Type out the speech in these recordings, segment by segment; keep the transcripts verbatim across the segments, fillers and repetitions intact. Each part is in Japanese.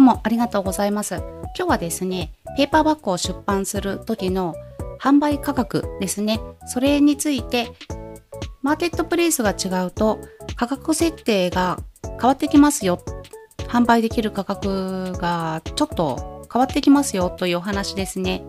もありがとうございます。今日はですね、ペーパーバッグを出版する時の販売価格ですね、それについてマーケットプレイスが違うと価格設定が変わってきますよ、販売できる価格がちょっと変わってきますよというお話ですね。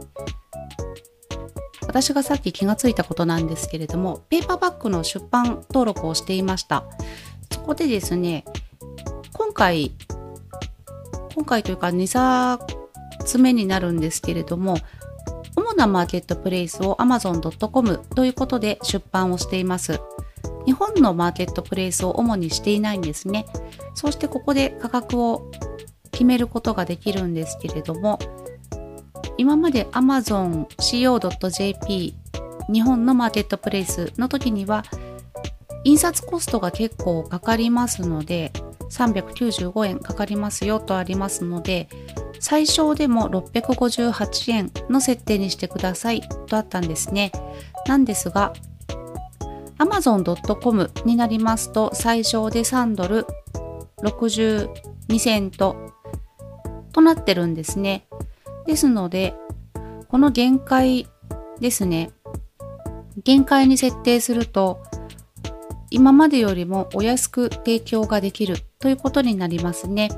私がさっき気がついたことなんですけれども、ペーパーバッグの出版登録をしていました。そこでですね、今回今回というかにさつめになるんですけれども、主なマーケットプレイスを アマゾンドットコム ということで出版をしています。日本のマーケットプレイスを主にしていないんですね。そしてここで価格を決めることができるんですけれども、今まで アマゾンシーオードットジェーピー 日本のマーケットプレイスの時には印刷コストが結構かかりますので、さんびゃくきゅうじゅうごえんかかりますよとありますので、最小でもろっぴゃくごじゅうはちえんの設定にしてくださいとあったんですね。なんですが アマゾンドットコム になりますと最小でさんドルろくじゅうにセントとなってるんですね。ですのでこの限界ですね、限界に設定すると今までよりもお安く提供ができるということになりますね。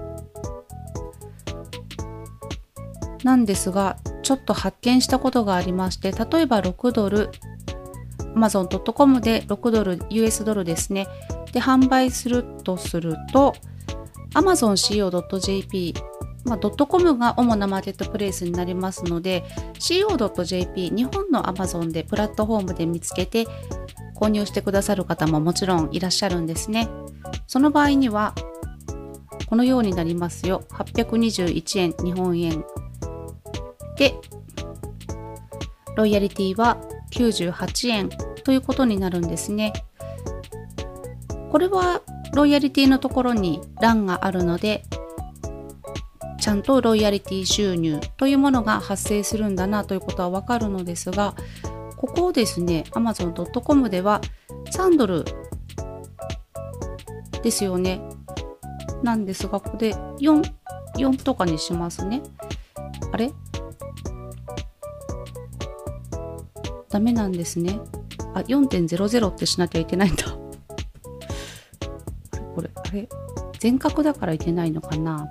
なんですが、ちょっと発見したことがありまして、例えばろくドル、アマゾンドットコム でろくドル、ユーエス ドルですね。で、販売するとすると、アマゾンシーオードットジェーピー、まあ、.com が主なマーケットプレイスになりますので、シーオードットジェーピー、日本の Amazon でプラットフォームで見つけて購入してくださる方ももちろんいらっしゃるんですね。その場合には、このようになりますよ。はっぴゃくにじゅういちえん、日本円。で、ロイヤリティはきゅうじゅうはちえんということになるんですね。これはロイヤリティのところに欄があるので、ちゃんとロイヤリティ収入というものが発生するんだなということはわかるのですが、ここをですね、アマゾンドットコム ではさんドルですよね。なんですが、ここでよん、よんとかにしますね。あれダメなんですね。あ、よんてんゼロゼロ ってしなきゃいけないんだ。これ、あれ全角だからいけないのかな。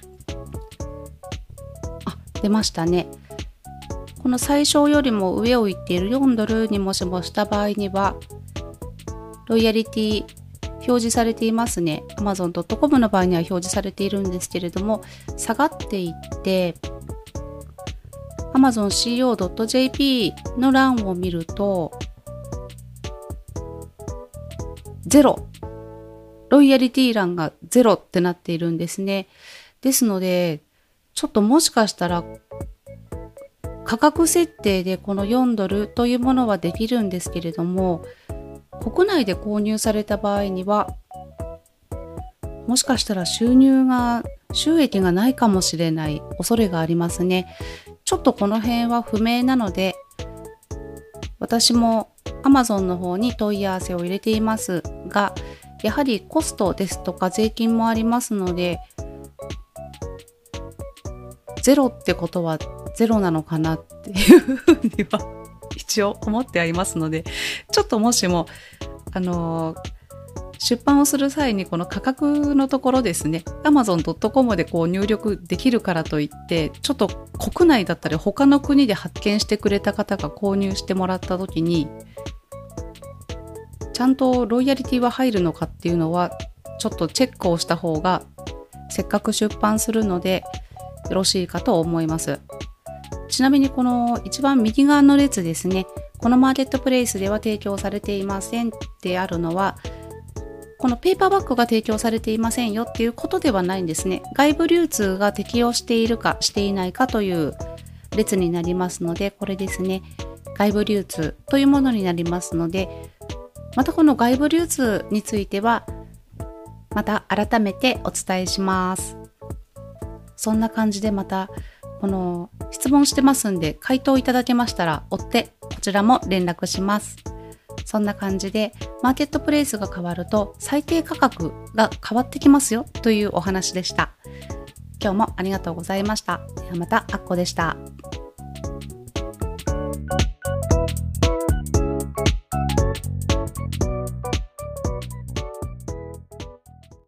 あ、出ましたね。この最小よりも上を行っているよんドルにもしもした場合には、ロイヤリティ表示されていますね。アマゾンドットコム の場合には表示されているんですけれども、下がっていって、アマゾンシーオードットジェーピー の欄を見ると、ゼロ。ロイヤリティ欄がゼロってなっているんですね。ですので、ちょっともしかしたら、価格設定でこのよんドルというものはできるんですけれども、国内で購入された場合には、もしかしたら収入が、収益がないかもしれない恐れがありますね。ちょっとこの辺は不明なので、私も Amazon の方に問い合わせを入れていますが、やはりコストですとか税金もありますので、ゼロってことはゼロなのかなっていうふうには一応思ってありますので、ちょっともしも、あのー、出版をする際にこの価格のところですね、アマゾンドットコム でこう入力できるからといって、ちょっと国内だったり他の国で発見してくれた方が購入してもらった時に、ちゃんとロイヤリティは入るのかっていうのは、ちょっとチェックをした方が、せっかく出版するのでよろしいかと思います。ちなみにこの一番右側の列ですね、このマーケットプレイスでは提供されていませんってあるのは、このペーパーバッグが提供されていませんよっていうことではないんですね。外部流通が適用しているかしていないかという列になりますので、これですね、外部流通というものになりますので、またこの外部流通についてはまた改めてお伝えします。そんな感じでまたこの質問してますんで、回答いただけましたら追ってこちらも連絡します。そんな感じでマーケットプレイスが変わると最低価格が変わってきますよというお話でした。 今日もありがとうございました。ではまた、あっこでした。